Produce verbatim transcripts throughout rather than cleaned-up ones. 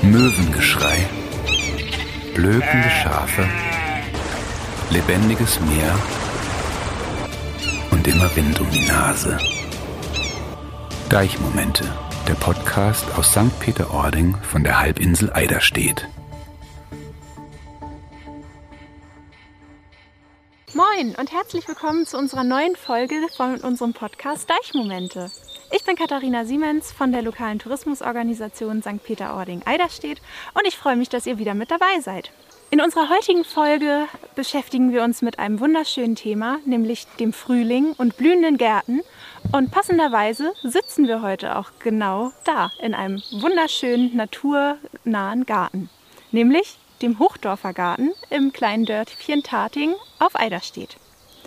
Möwengeschrei, blökende Schafe, lebendiges Meer und immer Wind um die Nase. Deichmomente, der Podcast aus Sankt Peter-Ording von der Halbinsel Eiderstedt. Moin und herzlich willkommen zu unserer neuen Folge von unserem Podcast Deichmomente. Ich bin Katharina Siemens von der lokalen Tourismusorganisation Sankt Peter-Ording Eiderstedt und ich freue mich, dass ihr wieder mit dabei seid. In unserer heutigen Folge beschäftigen wir uns mit einem wunderschönen Thema, nämlich dem Frühling und blühenden Gärten. Und passenderweise sitzen wir heute auch genau da, in einem wunderschönen, naturnahen Garten, nämlich dem Hochdorfer Garten im kleinen Dörfchen Tating auf Eiderstedt.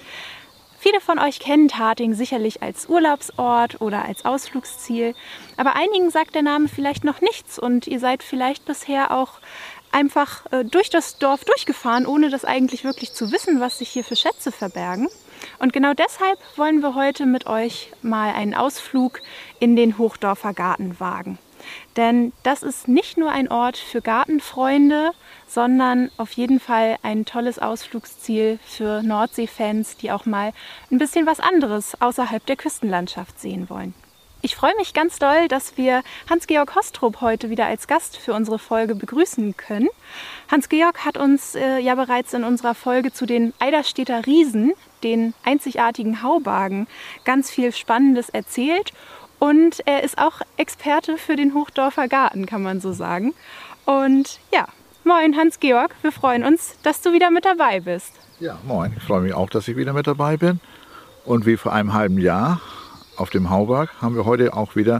Viele von euch kennen Tating sicherlich als Urlaubsort oder als Ausflugsziel, aber einigen sagt der Name vielleicht noch nichts und ihr seid vielleicht bisher auch einfach äh, durch das Dorf durchgefahren, ohne das eigentlich wirklich zu wissen, was sich hier für Schätze verbergen. Und genau deshalb wollen wir heute mit euch mal einen Ausflug in den Hochdorfer Garten wagen. Denn das ist nicht nur ein Ort für Gartenfreunde, sondern auf jeden Fall ein tolles Ausflugsziel für Nordseefans, die auch mal ein bisschen was anderes außerhalb der Küstenlandschaft sehen wollen. Ich freue mich ganz doll, dass wir Hans-Georg Hostrup heute wieder als Gast für unsere Folge begrüßen können. Hans-Georg hat uns äh, ja bereits in unserer Folge zu den Eiderstedter Riesen, den einzigartigen Haubargen, ganz viel Spannendes erzählt. Und er ist auch Experte für den Hochdorfer Garten, kann man so sagen. Und ja, moin Hans-Georg, wir freuen uns, dass du wieder mit dabei bist. Ja, moin, ich freue mich auch, dass ich wieder mit dabei bin. Und wie vor einem halben Jahr auf dem Hauberg haben wir heute auch wieder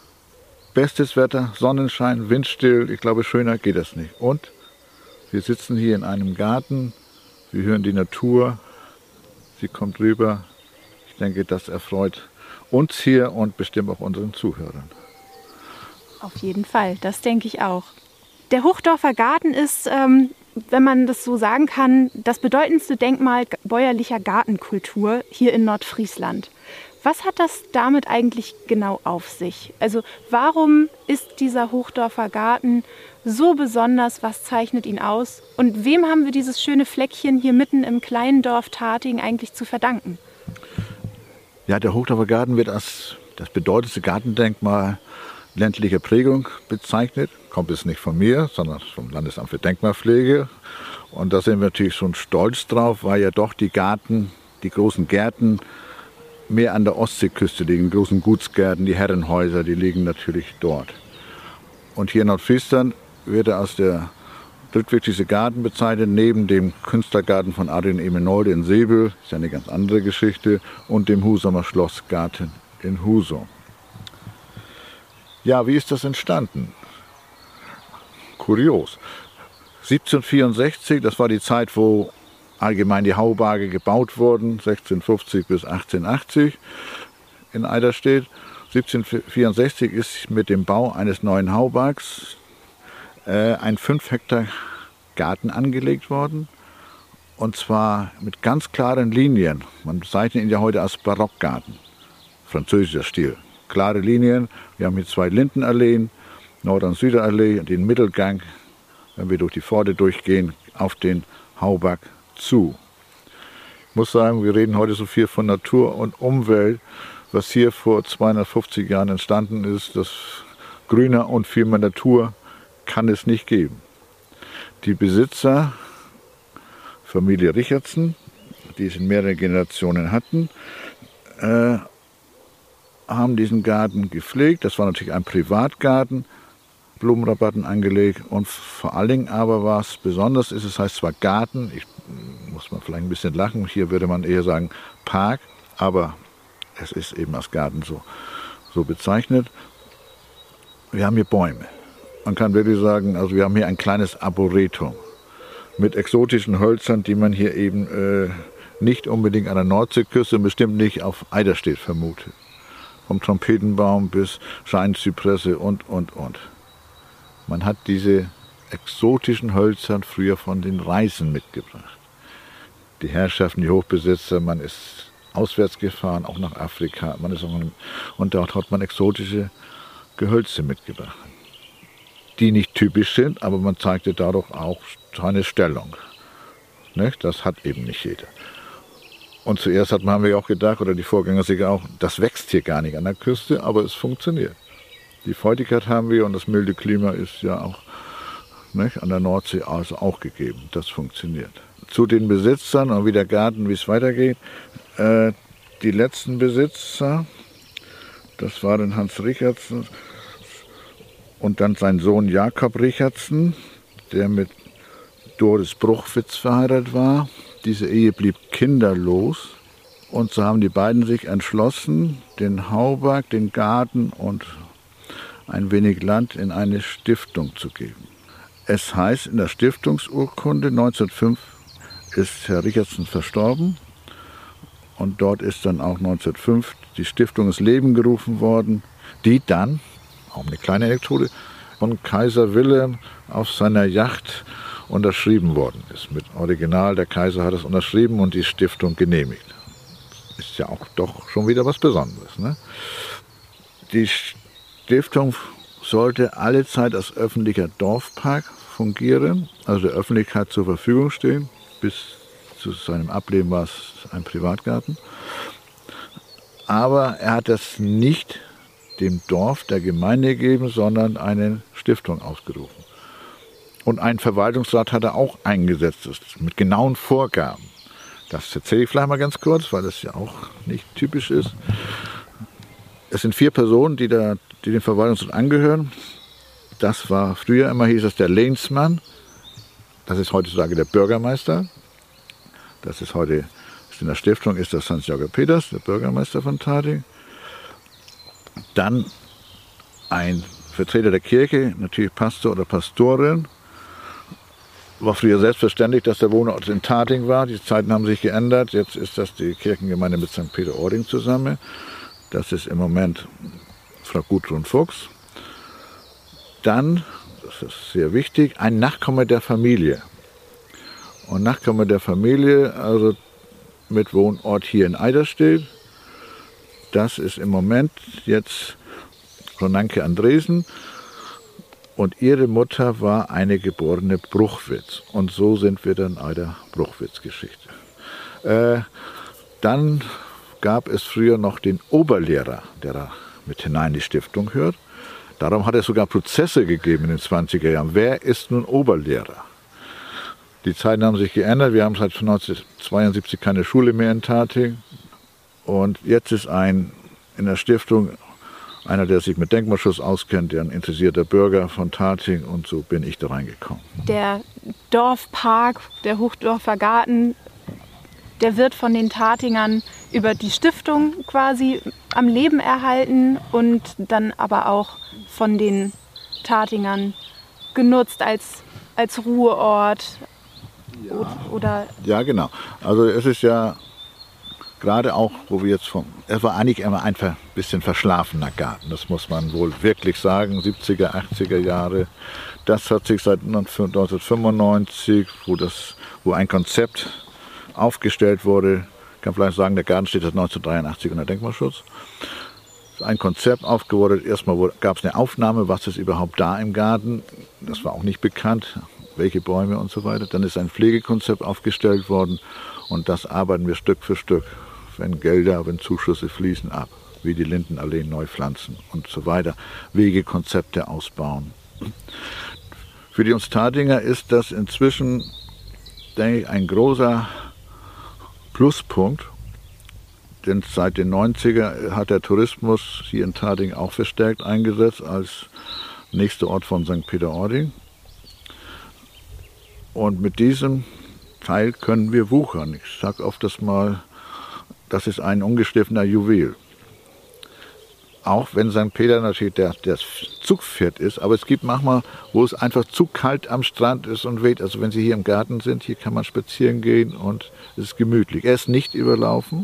bestes Wetter, Sonnenschein, windstill. Ich glaube, schöner geht das nicht. Und wir sitzen hier in einem Garten, wir hören die Natur, sie kommt rüber. Ich denke, das erfreut uns hier und bestimmt auch unseren Zuhörern. Auf jeden Fall, das denke ich auch. Der Hochdorfer Garten ist, ähm, wenn man das so sagen kann, das bedeutendste Denkmal bäuerlicher Gartenkultur hier in Nordfriesland. Was hat das damit eigentlich genau auf sich? Also warum ist dieser Hochdorfer Garten so besonders? Was zeichnet ihn aus? Und wem haben wir dieses schöne Fleckchen hier mitten im kleinen Dorf Tating eigentlich zu verdanken? Ja, der Hochdorfer Garten wird als das bedeutendste Gartendenkmal ländlicher Prägung bezeichnet. Kommt es nicht von mir, sondern vom Landesamt für Denkmalpflege. Und da sind wir natürlich schon stolz drauf, weil ja doch die Garten, die großen Gärten mehr an der Ostseeküste liegen. Die großen Gutsgärten, die Herrenhäuser, die liegen natürlich dort. Und hier in Nordfriesland wird er als der drittwichtigste Garten bezeichnet, neben dem Künstlergarten von Adrian Emenolde in Säbel, ist ja eine ganz andere Geschichte, und dem Husumer Schlossgarten in Husum. Ja, wie ist das entstanden? Kurios. siebzehnhundertvierundsechzig, das war die Zeit, wo allgemein die Haubarge gebaut wurden, sechzehnhundertfünfzig bis achtzehnhundertachtzig in Eiderstedt. siebzehnhundertvierundsechzig ist mit dem Bau eines neuen Haubargs äh, ein fünf Hektar Garten angelegt worden. Und zwar mit ganz klaren Linien. Man bezeichnet ihn ja heute als Barockgarten, französischer Stil. Klare Linien. Wir haben hier zwei Lindenalleen, Nord- und Süderallee, den Mittelgang, wenn wir durch die Pforte durchgehen, auf den Haubarg zu. Ich muss sagen, wir reden heute so viel von Natur und Umwelt, was hier vor zweihundertfünfzig Jahren entstanden ist. Das grüner und viel mehr Natur kann es nicht geben. Die Besitzer, Familie Richardson, die es in mehreren Generationen hatten, äh, haben diesen Garten gepflegt. Das war natürlich ein Privatgarten, Blumenrabatten angelegt und vor allen Dingen aber was besonders ist, es heißt zwar Garten, ich muss man vielleicht ein bisschen lachen, hier würde man eher sagen Park, aber es ist eben als Garten so, so bezeichnet. Wir haben hier Bäume. Man kann wirklich sagen, also wir haben hier ein kleines Arboretum mit exotischen Hölzern, die man hier eben äh, nicht unbedingt an der Nordseeküste und bestimmt nicht auf Eiderstedt vermutet. Vom Trompetenbaum bis Scheinzypresse und, und, und. Man hat diese exotischen Hölzer früher von den Reisen mitgebracht. Die Herrschaften, die Hochbesitzer, man ist auswärts gefahren, auch nach Afrika. Man ist auch in, und dort hat man exotische Gehölze mitgebracht. die nicht typisch sind, aber man zeigte dadurch auch seine Stellung. Nicht? Das hat eben nicht jeder. Und zuerst hat man, haben wir auch gedacht, oder die Vorgänger sicher auch, das wächst hier gar nicht an der Küste, aber es funktioniert. Die Feuchtigkeit haben wir und das milde Klima ist ja auch nicht, an der Nordsee also auch gegeben. Das funktioniert. Zu den Besitzern und wie der Garten, wie es weitergeht. Äh, die letzten Besitzer, das waren Hans Richardson und dann sein Sohn Jakob Richardson, der mit Doris Bruchwitz verheiratet war. Diese Ehe blieb kinderlos und so haben die beiden sich entschlossen, den Hauberg, den Garten und ein wenig Land in eine Stiftung zu geben. Es heißt in der Stiftungsurkunde, neunzehnhundertfünf ist Herr Richardson verstorben und dort ist dann auch neunzehnhundertfünf die Stiftung ins Leben gerufen worden, die dann, auch eine kleine Anekdote, von Kaiser Wilhelm auf seiner Yacht unterschrieben worden ist. Mit Original, der Kaiser hat es unterschrieben und die Stiftung genehmigt. Ist ja auch doch schon wieder was Besonderes. Ne? Die Stiftung sollte alle Zeit als öffentlicher Dorfpark fungieren, also der Öffentlichkeit zur Verfügung stehen. Bis zu seinem Ableben war es ein Privatgarten. Aber er hat das nicht dem Dorf der Gemeinde gegeben, sondern eine Stiftung ausgerufen. Und einen Verwaltungsrat hat er auch eingesetzt, mit genauen Vorgaben. Das erzähle ich vielleicht mal ganz kurz, weil das ja auch nicht typisch ist. Es sind vier Personen, die, da, die dem Verwaltungsrat angehören. Das war früher immer, hieß es der Lehnsmann. Das ist heutzutage der Bürgermeister. Das ist heute, in der Stiftung ist das Hans-Jörg Peters, der Bürgermeister von Tating. Dann ein Vertreter der Kirche, natürlich Pastor oder Pastorin. War früher selbstverständlich, dass der Wohnort in Tating war. Die Zeiten haben sich geändert. Jetzt ist das die Kirchengemeinde mit Sankt Peter-Ording zusammen. Das ist im Moment Frau Gudrun Fuchs. Dann, das ist sehr wichtig, ein Nachkomme der Familie. Und Nachkomme der Familie, also mit Wohnort hier in Eiderstedt. Das ist im Moment jetzt Frau Nanke Andresen. Und ihre Mutter war eine geborene Bruchwitz. Und so sind wir dann bei der Bruchwitz-Geschichte. Äh, dann gab es früher noch den Oberlehrer, der da mit hinein in die Stiftung hört. Darum hat es sogar Prozesse gegeben in den zwanziger Jahren. Wer ist nun Oberlehrer? Die Zeiten haben sich geändert. Wir haben seit neunzehnhundertzweiundsiebzig keine Schule mehr in Tating. Und jetzt ist ein in der Stiftung einer, der sich mit Denkmalschutz auskennt, der ein interessierter Bürger von Tating, und so bin ich da reingekommen. Der Dorfpark, der Hochdorfer Garten, der wird von den Tatingern über die Stiftung quasi am Leben erhalten und dann aber auch von den Tatingern genutzt als, als Ruheort. Ja. Oder ja, genau. Also es ist ja gerade auch, wo wir jetzt vom, es war eigentlich immer ein bisschen verschlafener Garten, das muss man wohl wirklich sagen, siebziger, achtziger Jahre. Das hat sich seit neunzehnhundertfünfundneunzig, wo, das, wo ein Konzept aufgestellt wurde, ich kann vielleicht sagen, der Garten steht seit neunzehnhundertdreiundachtzig unter Denkmalschutz. Ein Konzept aufgebaut, erstmal gab es eine Aufnahme, was ist überhaupt da im Garten, das war auch nicht bekannt, welche Bäume und so weiter. Dann ist ein Pflegekonzept aufgestellt worden und das arbeiten wir Stück für Stück, wenn Gelder, wenn Zuschüsse fließen, ab, wie die Lindenalleen neu pflanzen und so weiter, Wegekonzepte ausbauen. Für die uns Tatinger ist das inzwischen, denke ich, ein großer Pluspunkt, denn seit den neunziger hat der Tourismus hier in Tating auch verstärkt eingesetzt als nächster Ort von Sankt Peter-Ording. Und mit diesem Teil können wir wuchern. Ich sage oft das mal, das ist ein ungeschliffener Juwel. Auch wenn Sankt Peter natürlich der, das Zugpferd ist, aber es gibt manchmal, wo es einfach zu kalt am Strand ist und weht. Also wenn Sie hier im Garten sind, hier kann man spazieren gehen und es ist gemütlich. Er ist nicht überlaufen.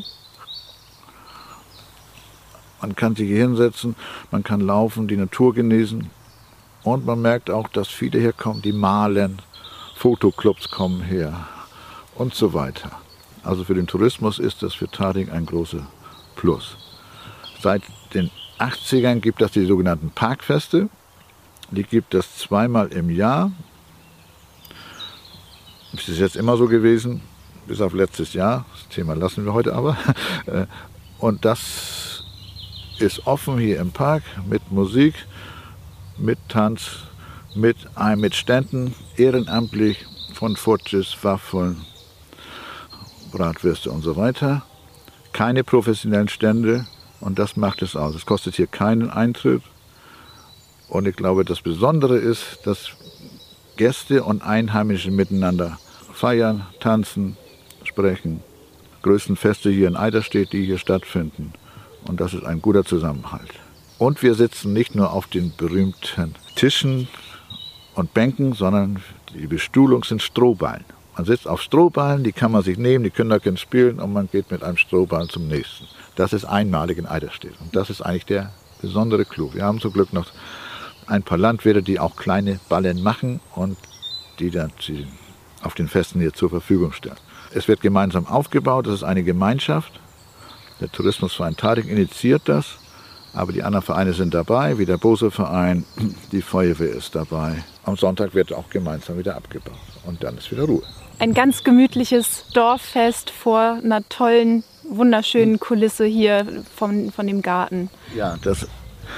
Man kann sich hier hinsetzen, man kann laufen, die Natur genießen. Und man merkt auch, dass viele hier kommen, die malen, Fotoclubs kommen her und so weiter. Also für den Tourismus ist das für Tating ein großer Plus. Seit den achtzigern gibt es die sogenannten Parkfeste. Die gibt es zweimal im Jahr. Das ist jetzt immer so gewesen, bis auf letztes Jahr. Das Thema lassen wir heute aber. Und das ist offen hier im Park mit Musik, mit Tanz, mit, mit Ständen, ehrenamtlich von Furches, Waffeln, Bratwürste und so weiter. Keine professionellen Stände und das macht es aus. Es kostet hier keinen Eintritt. Und ich glaube, das Besondere ist, dass Gäste und Einheimische miteinander feiern, tanzen, sprechen. Größten Feste hier in Eiderstedt, die hier stattfinden. Und das ist ein guter Zusammenhalt. Und wir sitzen nicht nur auf den berühmten Tischen und Bänken, sondern die Bestuhlung sind Strohballen. Man sitzt auf Strohballen, die kann man sich nehmen, die Kinder können spielen und man geht mit einem Strohballen zum nächsten. Das ist einmalig in Eiderstedt. Und das ist eigentlich der besondere Clou. Wir haben zum Glück noch ein paar Landwirte, die auch kleine Ballen machen und die dann auf den Festen hier zur Verfügung stellen. Es wird gemeinsam aufgebaut, das ist eine Gemeinschaft. Der Tourismusverein Tating initiiert das, aber die anderen Vereine sind dabei, wie der Bose-Verein, die Feuerwehr ist dabei. Am Sonntag wird auch gemeinsam wieder abgebaut und dann ist wieder Ruhe. Ein ganz gemütliches Dorffest vor einer tollen, wunderschönen Kulisse hier von, von dem Garten. Ja, das,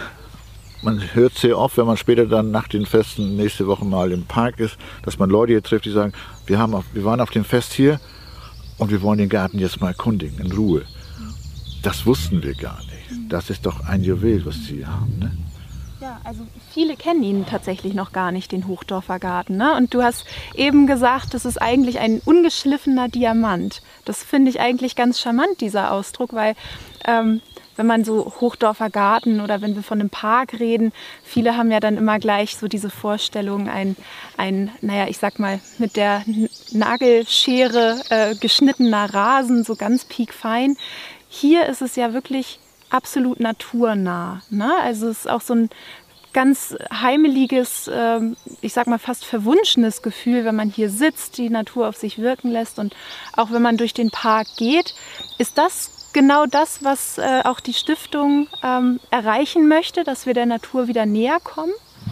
man hört sehr oft, wenn man später dann nach den Festen nächste Woche mal im Park ist, dass man Leute hier trifft, die sagen, wir, haben auf, wir waren auf dem Fest hier und wir wollen den Garten jetzt mal erkundigen, in Ruhe. Das wussten wir gar nicht. Das ist doch ein Juwel, was Sie hier haben, ne? Ja, also viele kennen ihn tatsächlich noch gar nicht, den Hochdorfer Garten, ne? Und du hast eben gesagt, das ist eigentlich ein ungeschliffener Diamant. Das finde ich eigentlich ganz charmant, dieser Ausdruck, weil ähm, wenn man so Hochdorfer Garten oder wenn wir von einem Park reden, viele haben ja dann immer gleich so diese Vorstellung, ein, ein naja, ich sag mal, mit der Nagelschere äh, geschnittener Rasen, so ganz piekfein. Hier ist es ja wirklich absolut naturnah, ne? Also es ist auch so ein ganz heimeliges, äh, ich sag mal fast verwunschenes Gefühl, wenn man hier sitzt, die Natur auf sich wirken lässt und auch wenn man durch den Park geht. Ist das genau das, was äh, auch die Stiftung ähm, erreichen möchte, dass wir der Natur wieder näher kommen?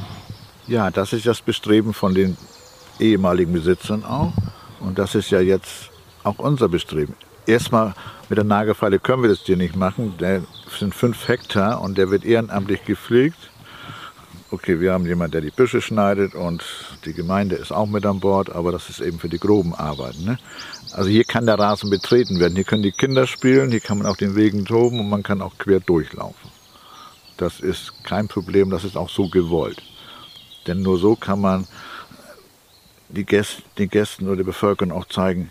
Ja, das ist das Bestreben von den ehemaligen Besitzern auch und das ist ja jetzt auch unser Bestreben. Erstmal mit der Nagelfeile können wir das hier nicht machen. Der sind fünf Hektar und der wird ehrenamtlich gepflegt. Okay, wir haben jemanden, der die Büsche schneidet und die Gemeinde ist auch mit an Bord, aber das ist eben für die groben Arbeiten, ne? Also hier kann der Rasen betreten werden. Hier können die Kinder spielen, hier kann man auf den Wegen toben und man kann auch quer durchlaufen. Das ist kein Problem, das ist auch so gewollt. Denn nur so kann man die Gäste, den Gästen oder der Bevölkerung auch zeigen,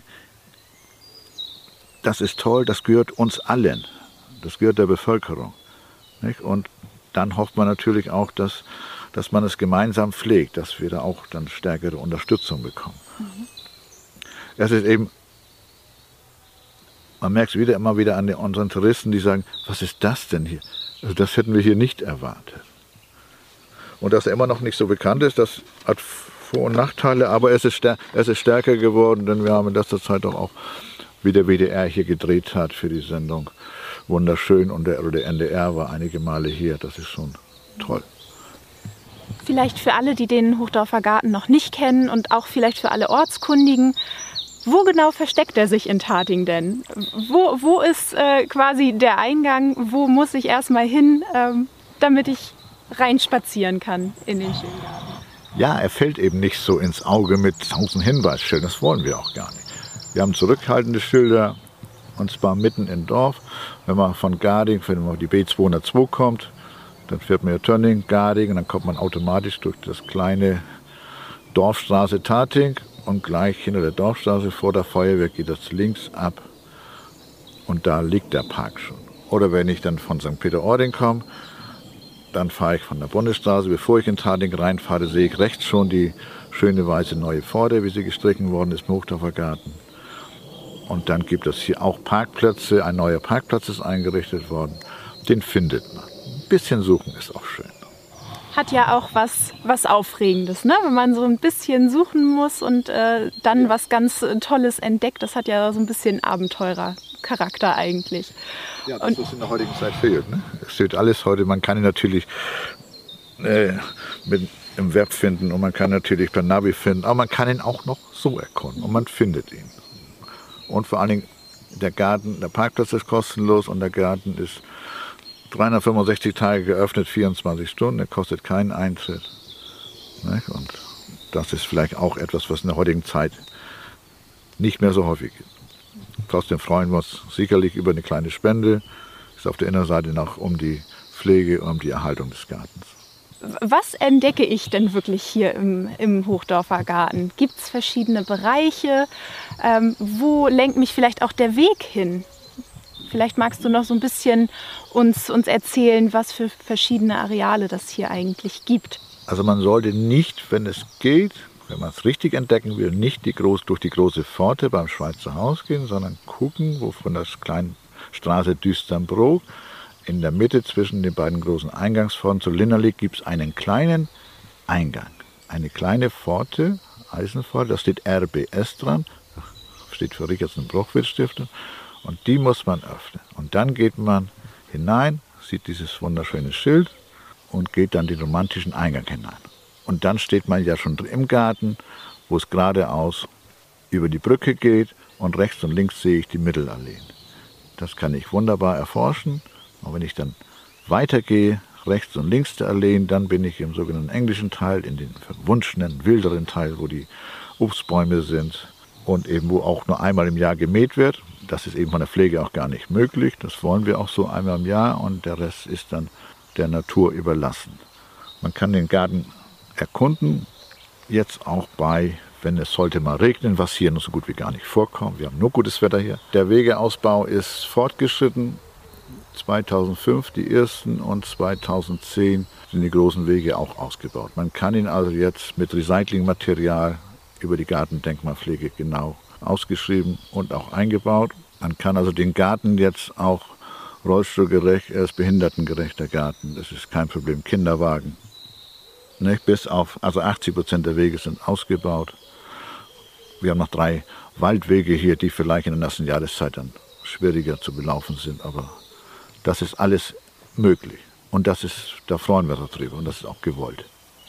das ist toll, das gehört uns allen, das gehört der Bevölkerung. Nicht? Und dann hofft man natürlich auch, dass, dass man es gemeinsam pflegt, dass wir da auch dann stärkere Unterstützung bekommen. Mhm. Es ist eben, man merkt es wieder immer wieder an den, unseren Touristen, die sagen, was ist das denn hier? Also das hätten wir hier nicht erwartet. Und dass er immer noch nicht so bekannt ist, das hat Vor- und Nachteile, aber es ist, es ist stärker geworden, denn wir haben in letzter Zeit doch auch wie der W D R hier gedreht hat für die Sendung. Wunderschön und der, der N D R war einige Male hier. Das ist schon toll. Vielleicht für alle, die den Hochdorfer Garten noch nicht kennen und auch vielleicht für alle Ortskundigen, wo genau versteckt er sich in Tating denn? Wo, wo ist äh, quasi der Eingang? Wo muss ich erstmal hin, ähm, damit ich reinspazieren kann in den schönen Garten? Ja, er fällt eben nicht so ins Auge mit tausend Hinweisschildern. Das wollen wir auch gar nicht. Wir haben zurückhaltende Schilder, und zwar mitten im Dorf. Wenn man von Garding, wenn man auf die B zweihundertzwei kommt, dann fährt man ja Tönning, Garding, und dann kommt man automatisch durch das kleine Dorfstraße Tating und gleich hinter der Dorfstraße vor der Feuerwehr geht das links ab und da liegt der Park schon. Oder wenn ich dann von Sankt Peter-Ording komme, dann fahre ich von der Bundesstraße. Bevor ich in Tating reinfahre, sehe ich rechts schon die schöne weiße neue Pforte, wie sie gestrichen worden ist im Hochdorfer Garten. Und dann gibt es hier auch Parkplätze. Ein neuer Parkplatz ist eingerichtet worden. Den findet man. Ein bisschen suchen ist auch schön. Hat ja auch was, was Aufregendes, ne? Wenn man so ein bisschen suchen muss und äh, dann ja. was ganz Tolles entdeckt. Das hat ja so ein bisschen Abenteurercharakter eigentlich. Ja, das ist in der heutigen Zeit fehlt. Ne? Es steht alles heute. Man kann natürlich äh, mit im Web finden und man kann natürlich per Navi finden, aber man kann ihn auch noch so erkunden und man findet ihn. Und vor allen Dingen der Garten, der Parkplatz ist kostenlos und der Garten ist dreihundertfünfundsechzig Tage geöffnet, vierundzwanzig Stunden, er kostet keinen Eintritt. Und das ist vielleicht auch etwas, was in der heutigen Zeit nicht mehr so häufig ist. Trotzdem freuen wir uns sicherlich über eine kleine Spende. Ist auf der Innenseite noch um die Pflege und um die Erhaltung des Gartens. Was entdecke ich denn wirklich hier im, im Hochdorfer Garten? Gibt es verschiedene Bereiche? Ähm, wo lenkt mich vielleicht auch der Weg hin? Vielleicht magst du noch so ein bisschen uns, uns erzählen, was für verschiedene Areale das hier eigentlich gibt. Also man sollte nicht, wenn es geht, wenn man es richtig entdecken will, nicht die groß, durch die große Pforte beim Schweizer Haus gehen, sondern gucken, wo von der kleinen Straße Düsternbrook in der Mitte zwischen den beiden großen Eingangspforten zu Linnerlich gibt es einen kleinen Eingang. Eine kleine Pforte, Eisenpforte, da steht R B S dran, steht für Richardson-Bruchwitz-Stiftung, und die muss man öffnen. Und dann geht man hinein, sieht dieses wunderschöne Schild und geht dann den romantischen Eingang hinein. Und dann steht man ja schon im Garten, wo es geradeaus über die Brücke geht und rechts und links sehe ich die Mittelalleen. Das kann ich wunderbar erforschen. Und wenn ich dann weitergehe, rechts und links der Alleen, dann bin ich im sogenannten englischen Teil, in den verwunschenen, wilderen Teil, wo die Obstbäume sind und eben wo auch nur einmal im Jahr gemäht wird. Das ist eben von der Pflege auch gar nicht möglich. Das wollen wir auch so einmal im Jahr und der Rest ist dann der Natur überlassen. Man kann den Garten erkunden, jetzt auch bei, wenn es sollte mal regnen, was hier noch so gut wie gar nicht vorkommt. Wir haben nur gutes Wetter hier. Der Wegeausbau ist fortgeschritten. zweitausendfünf die ersten und zweitausendzehn sind die großen Wege auch ausgebaut. Man kann ihn also jetzt mit Recyclingmaterial über die Gartendenkmalpflege genau ausgeschrieben und auch eingebaut. Man kann also den Garten jetzt auch rollstuhlgerecht, er ist behindertengerechter Garten, das ist kein Problem, Kinderwagen. Nicht? Bis auf, also achtzig Prozent der Wege sind ausgebaut. Wir haben noch drei Waldwege hier, die vielleicht in der nächsten Jahreszeit dann schwieriger zu belaufen sind, aber das ist alles möglich und das ist, da freuen wir uns drüber und das ist auch gewollt.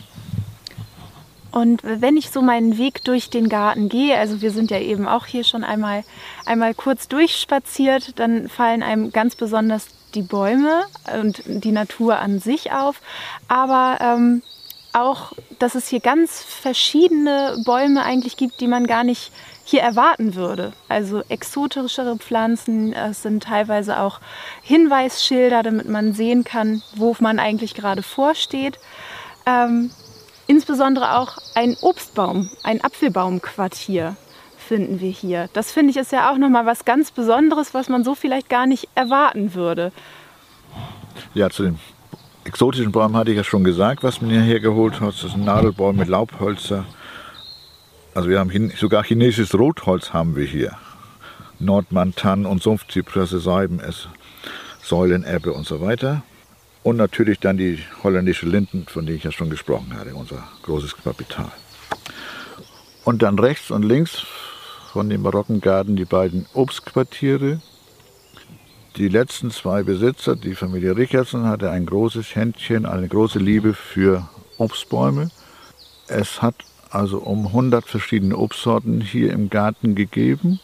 Und wenn ich so meinen Weg durch den Garten gehe, also wir sind ja eben auch hier schon einmal, einmal kurz durchspaziert, dann fallen einem ganz besonders die Bäume und die Natur an sich auf, aber ähm, auch, dass es hier ganz verschiedene Bäume eigentlich gibt, die man gar nicht hier erwarten würde. Also exotischere Pflanzen, es sind teilweise auch Hinweisschilder, damit man sehen kann, wo man eigentlich gerade vorsteht. Ähm, insbesondere auch ein Obstbaum, ein Apfelbaumquartier finden wir hier. Das finde ich ist ja auch nochmal was ganz Besonderes, was man so vielleicht gar nicht erwarten würde. Ja, zu den exotischen Bäumen hatte ich ja schon gesagt, was man hierher geholt hat. Das ist ein Nadelbaum mit Laubhölzer. Also wir haben sogar chinesisches Rotholz haben wir hier. Nordmann, und Sumpfzypresse, Seibeness, Säulenebbe und so weiter. Und natürlich dann die holländische Linden, von denen ich ja schon gesprochen hatte, unser großes Kapital. Und dann rechts und links von dem barocken Garten die beiden Obstquartiere. Die letzten zwei Besitzer, die Familie Richardson, hatte ein großes Händchen, eine große Liebe für Obstbäume. Es hat also um hundert verschiedene Obstsorten hier im Garten gegeben.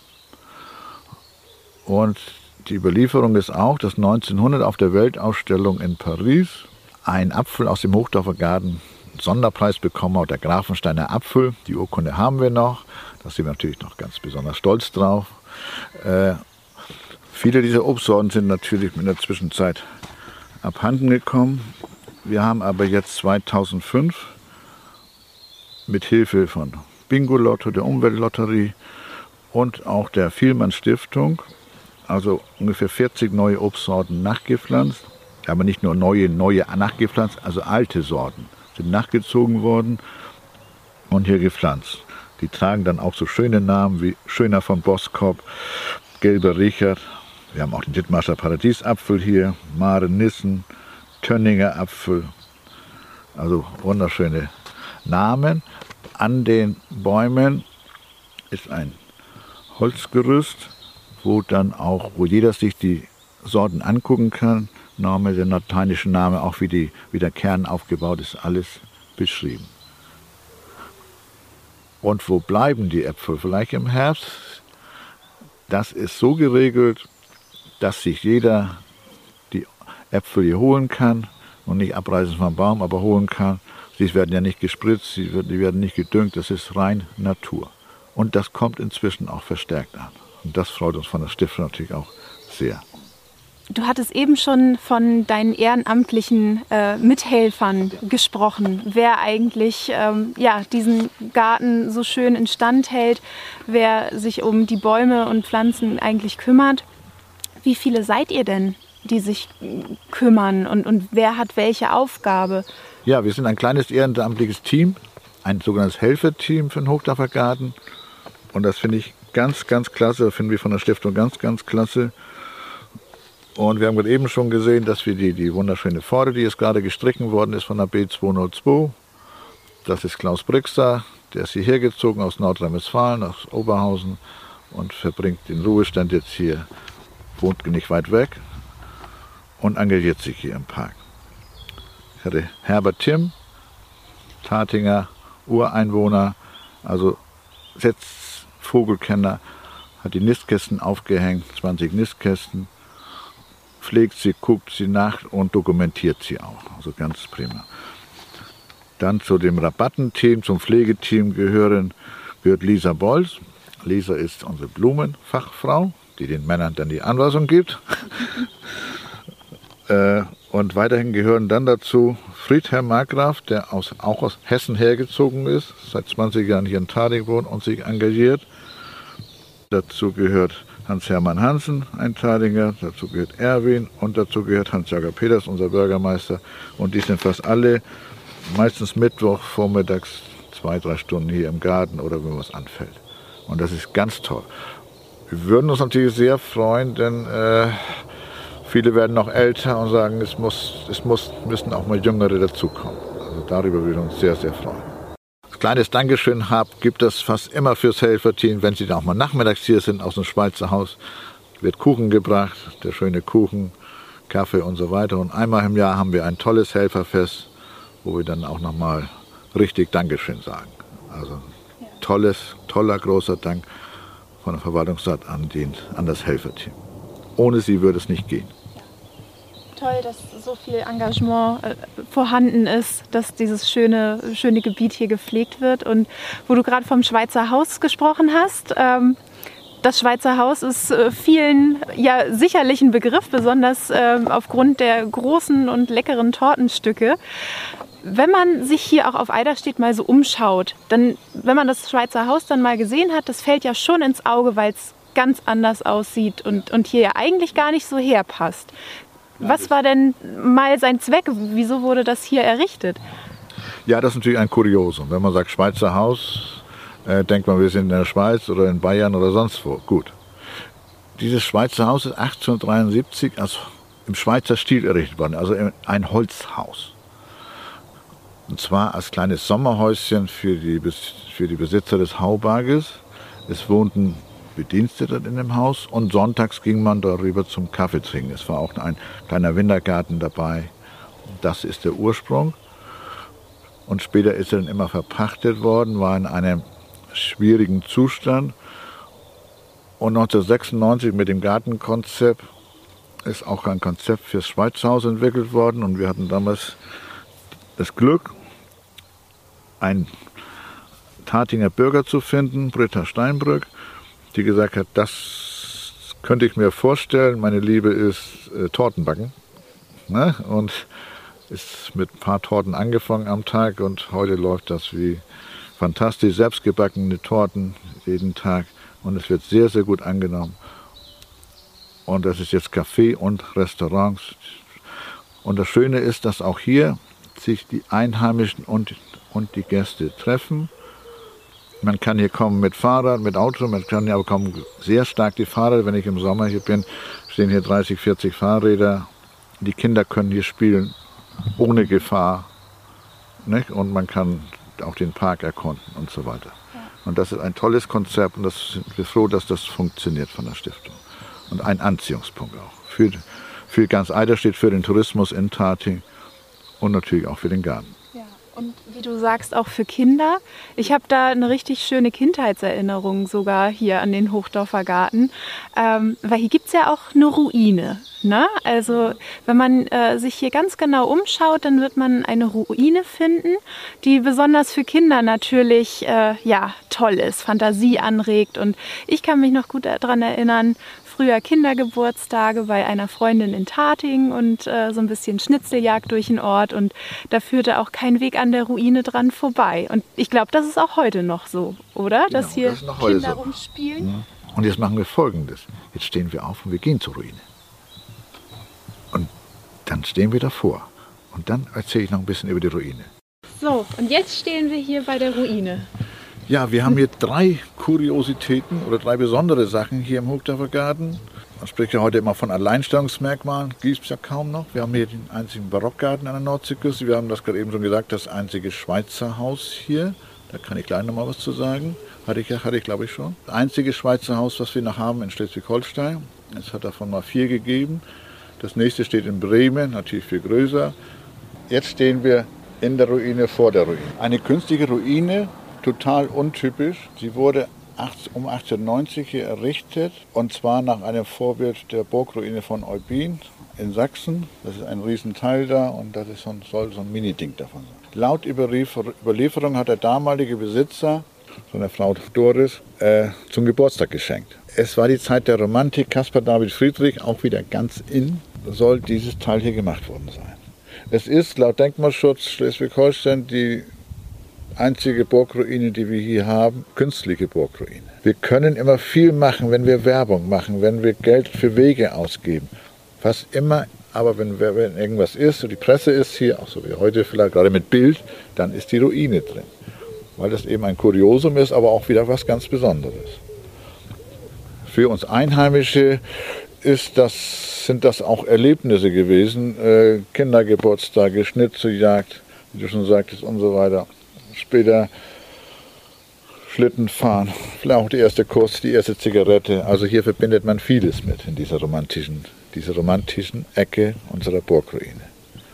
Und die Überlieferung ist auch, dass neunzehnhundert auf der Weltausstellung in Paris ein Apfel aus dem Hochdorfer Garten einen Sonderpreis bekommen hat, der Grafensteiner Apfel. Die Urkunde haben wir noch, da sind wir natürlich noch ganz besonders stolz drauf. Äh, viele dieser Obstsorten sind natürlich in der Zwischenzeit abhanden gekommen. Wir haben aber jetzt zweitausendfünf mit Hilfe von Bingo-Lotto, der Umweltlotterie und auch der Vielmann Stiftung, also ungefähr vierzig neue Obstsorten nachgepflanzt, aber nicht nur neue, neue nachgepflanzt, also alte Sorten sind nachgezogen worden und hier gepflanzt. Die tragen dann auch so schöne Namen wie Schöner von Boskop, Gelber Richard, wir haben auch den Dithmarscher Paradiesapfel hier, Mare Nissen, Tönninger Apfel, also wunderschöne Namen. An den Bäumen ist ein Holzgerüst, wo dann auch, wo jeder sich die Sorten angucken kann. Name, der lateinische Name, auch wie, die, wie der Kern aufgebaut ist, alles beschrieben. Und wo bleiben die Äpfel? Vielleicht im Herbst. Das ist so geregelt, dass sich jeder die Äpfel hier holen kann und nicht abreißen vom Baum, aber holen kann. Sie werden ja nicht gespritzt, sie werden, die werden nicht gedüngt, das ist rein Natur. Und das kommt inzwischen auch verstärkt an. Und das freut uns von der Stiftung natürlich auch sehr. Du hattest eben schon von deinen ehrenamtlichen äh, Mithelfern gesprochen, wer eigentlich ähm, ja, diesen Garten so schön instand hält, wer sich um die Bäume und Pflanzen eigentlich kümmert. Wie viele seid ihr denn, die sich kümmern und, und wer hat welche Aufgabe? Ja, wir sind ein kleines ehrenamtliches Team, ein sogenanntes Helferteam für den Hochdachfer Garten. Und das finde ich ganz, ganz klasse, das finden wir von der Stiftung ganz, ganz klasse. Und wir haben gerade eben schon gesehen, dass wir die, die wunderschöne Pforte, die jetzt gerade gestrichen worden ist von der B zweihundertzwei, das ist Klaus Brixter, der ist hierher gezogen aus Nordrhein-Westfalen, aus Oberhausen und verbringt den Ruhestand jetzt hier, wohnt nicht weit weg und engagiert sich hier im Park. Ich hatte Herbert Timm, Tatinger, Ureinwohner, also Setzvogelkenner, hat die Nistkästen aufgehängt, zwanzig Nistkästen, pflegt sie, guckt sie nach und dokumentiert sie auch. Also ganz prima. Dann zu dem Rabattenteam, zum Pflegeteam gehören, gehört Lisa Bolz. Lisa ist unsere Blumenfachfrau, die den Männern dann die Anweisung gibt. äh, und weiterhin gehören dann dazu Friedhelm Markgraf, der aus, auch aus Hessen hergezogen ist, seit zwanzig Jahren hier in Tading wohnt und sich engagiert. Dazu gehört Hans-Hermann Hansen, ein Tadinger, dazu gehört Erwin und dazu gehört Hans-Jörger Peters, unser Bürgermeister. Und die sind fast alle, meistens Mittwoch vormittags, zwei, drei Stunden hier im Garten oder wenn was anfällt. Und das ist ganz toll. Wir würden uns natürlich sehr freuen, denn äh, viele werden noch älter und sagen, es, muss, es muss, müssen auch mal Jüngere dazukommen. Also darüber würden wir uns sehr, sehr freuen. Kleines Dankeschön habt, gibt es fast immer fürs Helferteam, wenn sie dann auch mal nachmittags hier sind aus dem Schweizer Haus, wird Kuchen gebracht, der schöne Kuchen, Kaffee und so weiter. Und einmal im Jahr haben wir ein tolles Helferfest, wo wir dann auch nochmal richtig Dankeschön sagen. Also tolles, toller, großer Dank von der Verwaltungsrat an, den, an das Helferteam. Ohne sie würde es nicht gehen. Toll, dass so viel Engagement äh, vorhanden ist, dass dieses schöne, schöne Gebiet hier gepflegt wird. Und wo du gerade vom Schweizer Haus gesprochen hast, ähm, das Schweizer Haus ist äh, vielen ja sicherlich ein Begriff, besonders äh, aufgrund der großen und leckeren Tortenstücke. Wenn man sich hier auch auf Eiderstedt mal so umschaut, dann, wenn man das Schweizer Haus dann mal gesehen hat, das fällt ja schon ins Auge, weil es ganz anders aussieht und, und hier ja eigentlich gar nicht so herpasst. Was war denn mal sein Zweck? Wieso wurde das hier errichtet? Ja, das ist natürlich ein Kuriosum. Wenn man sagt Schweizer Haus, äh, denkt man, wir sind in der Schweiz oder in Bayern oder sonst wo. Gut. Dieses Schweizer Haus ist achtzehnhundertdreiundsiebzig als im Schweizer Stil errichtet worden, also ein Holzhaus. Und zwar als kleines Sommerhäuschen für die, für die Besitzer des Hauberges. Es wohnten Bedienstete in dem Haus und sonntags ging man darüber zum Kaffee trinken. Es war auch ein kleiner Wintergarten dabei. Das ist der Ursprung. Und später ist er dann immer verpachtet worden, war in einem schwierigen Zustand. Und neunzehnhundertsechsundneunzig mit dem Gartenkonzept ist auch ein Konzept fürs Schweizer Haus entwickelt worden. Und wir hatten damals das Glück, einen Tatinger Bürger zu finden, Britta Steinbrück, die gesagt hat, das könnte ich mir vorstellen, meine Liebe ist äh, Tortenbacken. Ne? Und ist mit ein paar Torten angefangen am Tag und heute läuft das wie fantastisch, selbstgebackene Torten jeden Tag und es wird sehr, sehr gut angenommen. Und das ist jetzt Café und Restaurants. Und das Schöne ist, dass auch hier sich die Einheimischen und, und die Gäste treffen. Man kann hier kommen mit Fahrrad, mit Auto, man kann hier aber kommen sehr stark die Fahrräder. Wenn ich im Sommer hier bin, stehen hier dreißig, vierzig Fahrräder. Die Kinder können hier spielen ohne Gefahr. Nicht? Und man kann auch den Park erkunden und so weiter. Und das ist ein tolles Konzept und das sind wir froh, dass das funktioniert von der Stiftung. Und ein Anziehungspunkt auch für, für ganz Eiderstedt, für den Tourismus in Tating und natürlich auch für den Garten. Und wie du sagst, auch für Kinder. Ich habe da eine richtig schöne Kindheitserinnerung sogar hier an den Hochdorfer Garten, ähm, weil hier gibt es ja auch eine Ruine. Ne? Also wenn man äh, sich hier ganz genau umschaut, dann wird man eine Ruine finden, die besonders für Kinder natürlich äh, ja, toll ist, Fantasie anregt. Und ich kann mich noch gut daran erinnern, früher Kindergeburtstage bei einer Freundin in Tating und äh, so ein bisschen Schnitzeljagd durch den Ort, und da führte auch kein Weg an der Ruine dran vorbei. Und ich glaube, das ist auch heute noch so, oder? Genau, dass hier das ist noch Kinder heute so. rumspielen. Ja. Und jetzt machen wir Folgendes. Jetzt stehen wir auf und wir gehen zur Ruine. Und dann stehen wir davor. Und dann erzähle ich noch ein bisschen über die Ruine. So, und jetzt stehen wir hier bei der Ruine. Ja, wir haben hier drei Kuriositäten oder drei besondere Sachen hier im Hochdorfer Garten. Man spricht ja heute immer von Alleinstellungsmerkmalen, gibt es ja kaum noch. Wir haben hier den einzigen Barockgarten an der Nordseeküste. Wir haben das gerade eben schon gesagt, das einzige Schweizer Haus hier. Da kann ich gleich noch mal was zu sagen. Hatte ich, hatte ich glaube ich schon. Das einzige Schweizer Haus, was wir noch haben in Schleswig-Holstein. Es hat davon mal vier gegeben. Das nächste steht in Bremen, natürlich viel größer. Jetzt stehen wir in der Ruine, vor der Ruine. Eine künstliche Ruine, total untypisch. Sie wurde um achtzehnhundertneunzig hier errichtet, und zwar nach einem Vorbild der Burgruine von Eubin in Sachsen. Das ist ein Riesenteil da, und das ist so ein, soll so ein Mini-Ding davon sein. Laut Überlieferung hat der damalige Besitzer, so eine Frau Doris, äh, zum Geburtstag geschenkt. Es war die Zeit der Romantik. Caspar David Friedrich, auch wieder ganz in, soll dieses Teil hier gemacht worden sein. Es ist laut Denkmalschutz Schleswig-Holstein die einzige Burgruine, die wir hier haben, künstliche Burgruine. Wir können immer viel machen, wenn wir Werbung machen, wenn wir Geld für Wege ausgeben. Fast immer, aber wenn, wenn irgendwas ist und die Presse ist hier, auch so wie heute vielleicht, gerade mit Bild, dann ist die Ruine drin. Weil das eben ein Kuriosum ist, aber auch wieder was ganz Besonderes. Für uns Einheimische ist das, sind das auch Erlebnisse gewesen. Äh, Kindergeburtstage, Schnitzeljagd, wie du schon sagtest, und so weiter. Später Schlitten fahren, vielleicht auch der erste Kuss, die erste Zigarette. Also hier verbindet man vieles mit in dieser romantischen, dieser romantischen Ecke unserer Burgruine.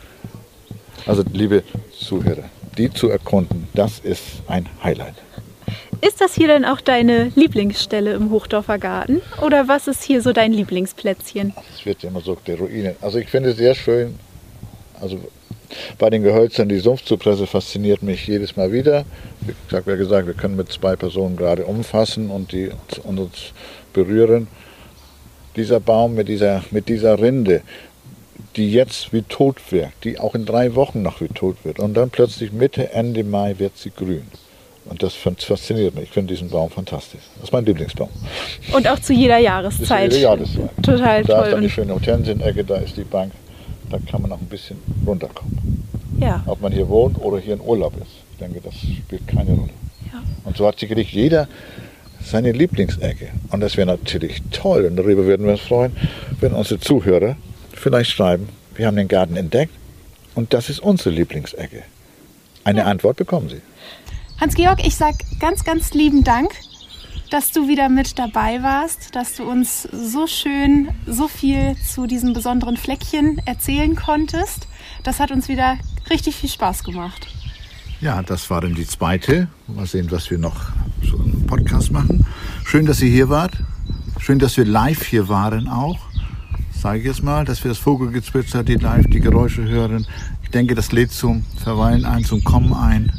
Also liebe Zuhörer, die zu erkunden, das ist ein Highlight. Ist das hier denn auch deine Lieblingsstelle im Hochdorfer Garten? Oder was ist hier so dein Lieblingsplätzchen? Es wird immer so, die Ruine. Also ich finde es sehr schön, also bei den Gehölzern, die Sumpfzypresse fasziniert mich jedes Mal wieder. Ich habe ja gesagt, wir können mit zwei Personen gerade umfassen und, die, und uns berühren. Dieser Baum mit dieser, mit dieser Rinde, die jetzt wie tot wirkt, die auch in drei Wochen noch wie tot wird. Und dann plötzlich Mitte, Ende Mai wird sie grün. Und das fasziniert mich. Ich finde diesen Baum fantastisch. Das ist mein Lieblingsbaum. Und auch zu jeder Jahreszeit. Zu jeder Jahreszeit. Total da toll. Da ist dann die schöne Hortensienecke, da ist die Bank. Da kann man noch ein bisschen runterkommen. Ja. Ob man hier wohnt oder hier in Urlaub ist. Ich denke, das spielt keine Rolle. Ja. Und so hat sicherlich jeder seine Lieblingsecke. Und das wäre natürlich toll, und darüber würden wir uns freuen, wenn unsere Zuhörer vielleicht schreiben, wir haben den Garten entdeckt und das ist unsere Lieblingsecke. Eine ja. Antwort bekommen Sie. Hans-Georg, ich sage ganz, ganz lieben Dank, dass du wieder mit dabei warst, dass du uns so schön, so viel zu diesem besonderen Fleckchen erzählen konntest. Das hat uns wieder richtig viel Spaß gemacht. Ja, das war dann die zweite. Mal sehen, was wir noch so im Podcast machen. Schön, dass ihr hier wart. Schön, dass wir live hier waren auch. Sage ich jetzt mal, dass wir das Vogelgezwitscher, die live, die Geräusche hören. Ich denke, das lädt zum Verweilen ein, zum Kommen ein.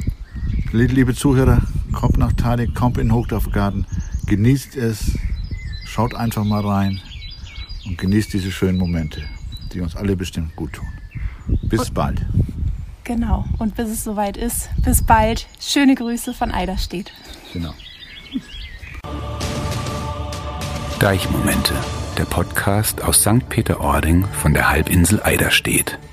Liebe Zuhörer, kommt nach Tating, kommt in den Hochdorfer Garten, genießt es, schaut einfach mal rein und genießt diese schönen Momente, die uns alle bestimmt gut tun. Bis und, bald. Genau, und bis es soweit ist, bis bald. Schöne Grüße von Eiderstedt. Genau. Deichmomente, der Podcast aus Sankt Peter-Ording von der Halbinsel Eiderstedt.